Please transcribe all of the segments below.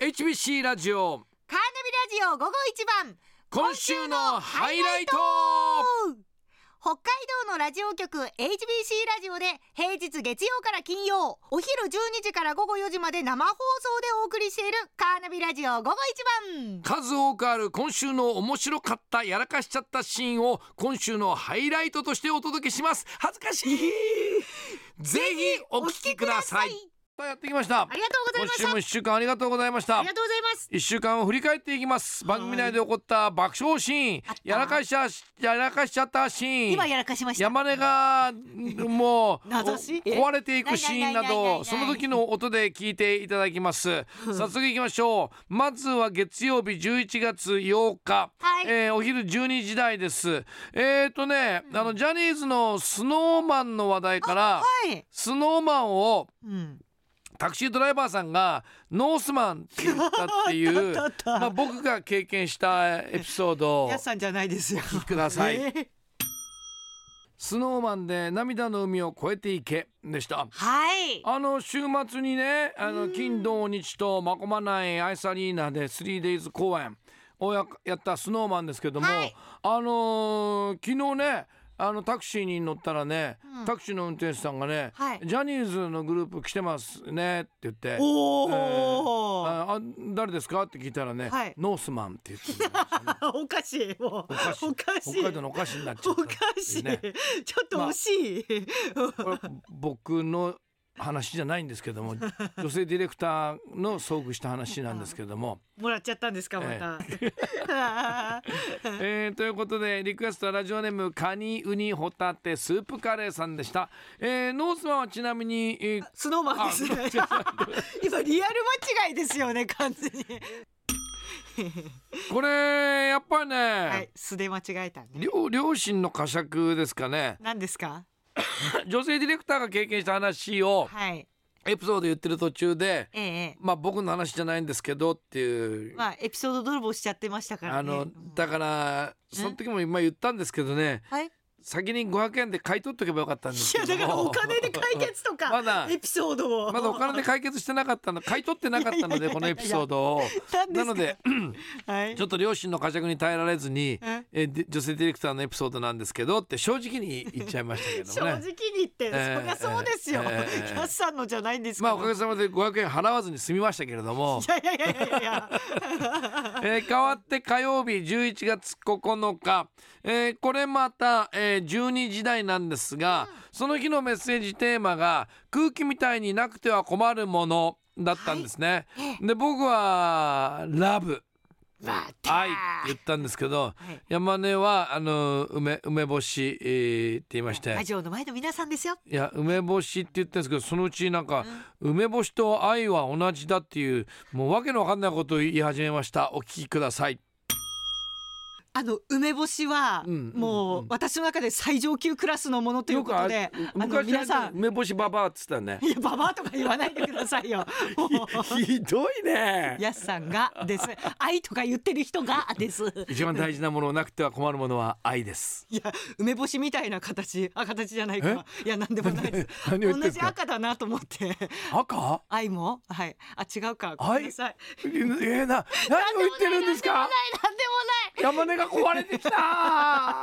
HBC ラジオカーナビラジオ午後一番今週のハイライト。 北海道のラジオ局 HBC ラジオで平日月曜から金曜お昼12時から午後4時まで生放送でお送りしているカーナビラジオ午後一番。 数多くある今週の面白かったやらかしちゃったシーンを今週のハイライトとしてお届けします。恥ずかしいぜひお聞きください。やってきました。 ありがとうございました。 今週も1週間ありがとうございました。 ありがとうございます。 1週間を振り返っていきます。番組内で起こった爆笑シーン、やらかしちゃったシーン、 今やらかしました。 山根がもう壊れていくシーンなどその時の音で聞いていただきます。早速いきましょう。まずは月曜日11月8日、お昼12時台です。ジャニーズのスノーマンの話題から、スノーマンを、タクシードライバーさんがノースマンって言ったっていう僕が経験したエピソードをやすさんじゃないですよ。 お聞きください。スノーマンで涙の海を越えていけでした。週末にね金土日とまこまないアイスアリーナで 3days 公演をやったスノーマンですけども、昨日ねタクシーに乗ったらね、タクシーの運転手さんがね、ジャニーズのグループ来てますねって言って、誰ですかって聞いたらね、ノースマンって言ってるんですよね。 おかしい、もうおかしい、 北海道のおかしになっちゃったっていうね。 おかしい、ちょっと惜しい、 これ僕の話じゃないんですけども女性ディレクターの遭遇した話なんですけどももらっちゃったんですかまた、 ということでリクエストはラジオネームカニウニホタテスープカレーさんでした。ノースマンはちなみに、 スノーマンですね今リアル間違いですよね完全にこれやっぱりね、 素で間違えたね。 両親の呵責ですかね。 何ですか女性ディレクターが経験した話を、エピソード言ってる途中で、僕の話じゃないんですけどっていう、 エピソード泥棒しちゃってましたからね。 だからその時も今言ったんですけどね、先に500円で買い取っとけばよかったんですけども、 いやだからお金で解決とかエピソードをまだお金で解決してなかったの、買い取ってなかったのでこのエピソードをなのでちょっと両親の呵責に耐えられずに女性ディレクターのエピソードなんですけどって正直に言っちゃいましたけどもね。 正直に言って、そりゃそうですよ、やすさんのじゃないんですか。 おかげさまで500円払わずに済みましたけれども、変わって火曜日11月9日、これまた、12時台なんですが、その日のメッセージテーマが空気みたいになくては困るものだったんですね。で僕はラブ愛って言ったんですけど、山根は梅干し、って言いまして、 ラジオの前の皆さんですよ。 いや梅干しって言ってるんですけど、そのうちなんか、梅干しと愛は同じだっていうもうわけのわかんないことを言い始めました。お聞きください。 梅干しはもう私の中で最上級クラスのものということで、皆さん梅干しババアっつったね。 いやババアとか言わないでくださいよひどいね。 やすさんがです愛とか言ってる人がです一番大事なものなくては困るものは愛です。 いや梅干しみたいな形じゃないか、いやなんでもないです。同じ赤だなと思って赤愛も違うか、ごめんなさい。 何を言ってるんですか。 なんでもない山根が壊れてきた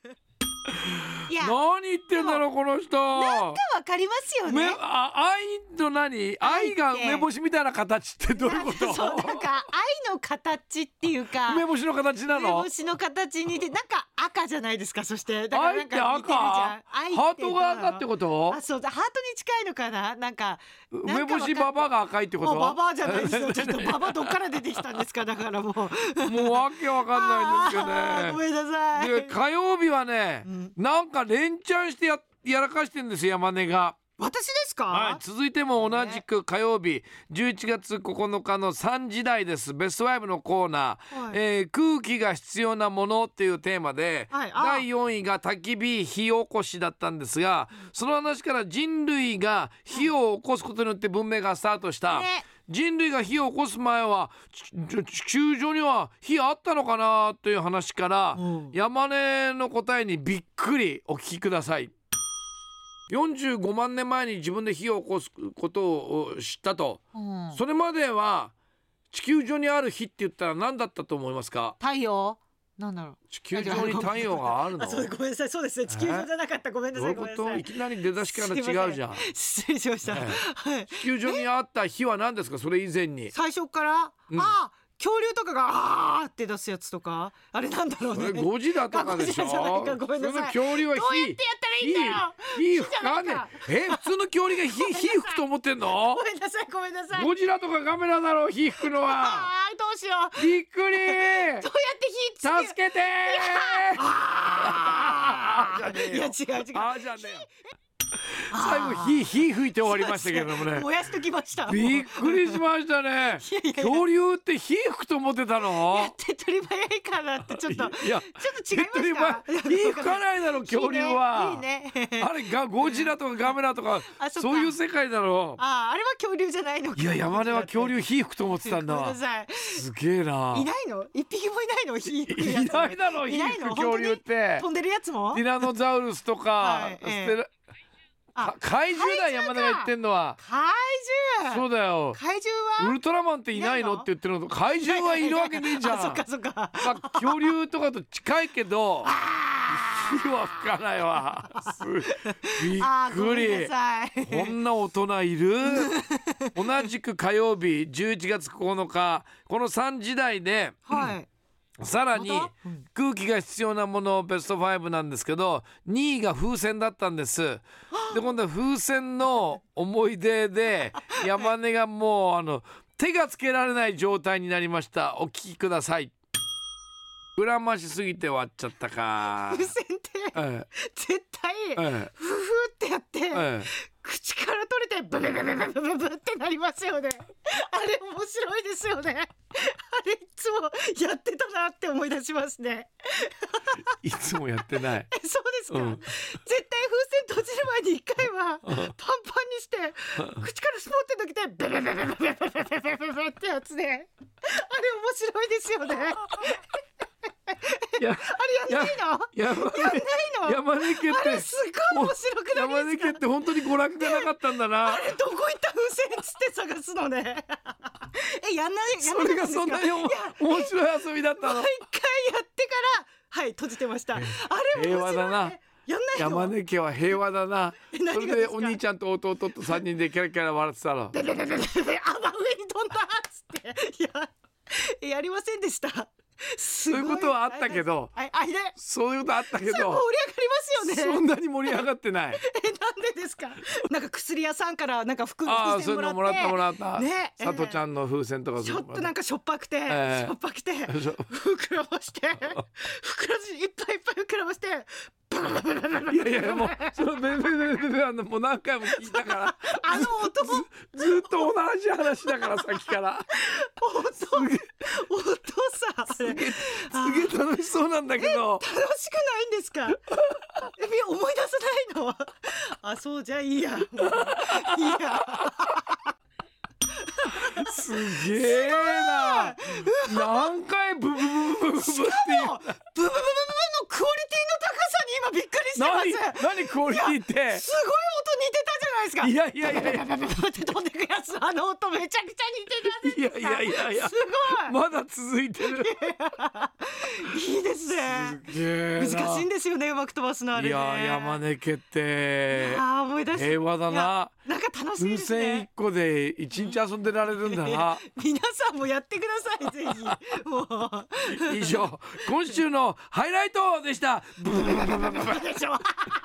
何言ってんだろうこの人。 なんかわかりますよね。 愛と何、愛が梅干しみたいな形ってどういうこと。 そうなんか愛の形っていうか梅干しの形なの。 梅干しの形にでなんか赤じゃないですか。そしてだからなんか似てるじゃん。ハートが赤ってこと。 そうだ、ハートに近いのかな。なんか梅干しババが赤いってこと。 ババじゃないですよ。ちょっとババどっから出てきたんですか。だからもうわけわかんないんですけどね。 ごめんなさい。 で火曜日はね、なんか連チャンしてやらかしてんですよ山根が。 私ですか。 続いても同じく火曜日11月9日の3時台です。ベスト5のコーナー、空気が必要なものっていうテーマで、第4位が焚き火火起こしだったんですが、その話から人類が火を起こすことによって文明がスタートした、人類が火を起こす前は地球上には火あったのかなという話から、山根の答えにびっくり。お聞きください。45万年前に自分で火を起こすことを知ったと、それまでは地球上にある火って言ったら何だったと思いますか？ 太陽。なんだろう。 地球上に太陽があるの？ そう、ごめんなさい。そうですね。地球上じゃなかった。ごめんなさい。 どういうこと？いきなり出だしから違うじゃん。 失礼しました。はい。 地球上にあった火は何ですか？それ以前に。 最初から、恐竜とかがあーって出すやつとか、あれなんだろうね。 それゴジラとかでしょ。 ごめんなさい。 恐竜はどうやってやったらいいんだよ。 火吹かねえ。普通の恐竜が火吹くと思ってんの？ ごめんなさい、ごめんなさい。 ゴジラとかガメラだろう、火吹くのは。 どうしよう。 びっくり。 どうやって火つけ。 助けてー。 いや違う。 じゃねえ。最後火吹いて終わりましたけどもね。 燃やしときました。 びっくりしましたね。恐竜って火吹くと思ってたの？ 手っ取り早いかなってちょっと。 いや、 ちょっと違いました。 火吹かないだろ恐竜は。 いいね。 あれがゴジラとかガメラとかそういう世界だろう。 あれは恐竜じゃないの。 いや、山根は恐竜火吹くと思ってたんだわ。すげえな。 いないの？一匹もいないの？火吹くやつ。 いないだろ火吹く恐竜って。 飛んでるやつも？ ティラノザウルスとか。怪獣だ。山田が言ってんのは怪獣。 そうだよ。 怪獣はウルトラマンっていないのって言ってるのと、怪獣はいるわけねえじゃん。 そっかそっか。 恐竜とかと近いけど火は吹かないわ。びっくり。こんな大人いる？同じく火曜日11月9日この3時台で、さらに空気が必要なものベスト5なんですけど、2位が風船だったんです。で今度は風船の思い出で山根がもう手がつけられない状態になりました。お聞きください。恨ましすぎて終わっちゃったか。 風船って絶対フフってやって口から取れてブブブブブブブブってなりますよね。あれ面白いですよね。あれいつもやってたなって思い出しますね。 いつもやってない。 そうですか。絶対風船閉じる前に一回はパンパンにして口からスポって抜けてブブブブブブブブブブってやつで、あれ面白いですよね。あれやんないの？やんないの？ 山根家ってすごい面白くないですか？ 山根家って本当に娯楽がなかったんだな。 あれどこ行った風船っつって探すのね。やんない。 それがそんなに面白い遊びだったの。 毎回やってから閉じてました。あれ平和だな。 やんないの？ 山根家は平和だな。それでお兄ちゃんと弟と3人でキャラキャラ笑ってたの。 上に飛んだっつってやりませんでした。 そういうことはあったけど、そういうことあったけど盛り上がりますよね。 そんなに盛り上がってない。 なんでですか？なんか薬屋さんからなんか服もらって、 そういうのもらったね。さとちゃんの風船とかちょっとなんかしょっぱくて膨らましていっぱい膨らましていやもうそのベベもう何回も聞いたから音もずっと同じ話だからさっきから音さすげえ楽しそうなんだけど。 楽しくないんですか？思い出せないの？そうじゃいいや。 すげえな。何回ブブブブブブっていうブブブブブのクオリティの高さに今びっくりしてます。 何クオリティって？ すごい音似てたじゃないですか。 いやブブブブブって飛んでくやつ、音めちゃくちゃ似てたんですか？ いやすごい。 まだ続いてる。 いいですね。 すげえ難しいんですよね、うまく飛ばすのあれね。 いや山根家って思い出した。 平和だな。 なんか楽しいですね。 風船1個で一日遊んでられるんだな。 皆さんもやってくださいぜひ。もう以上今週のハイライトでした。 でしょ。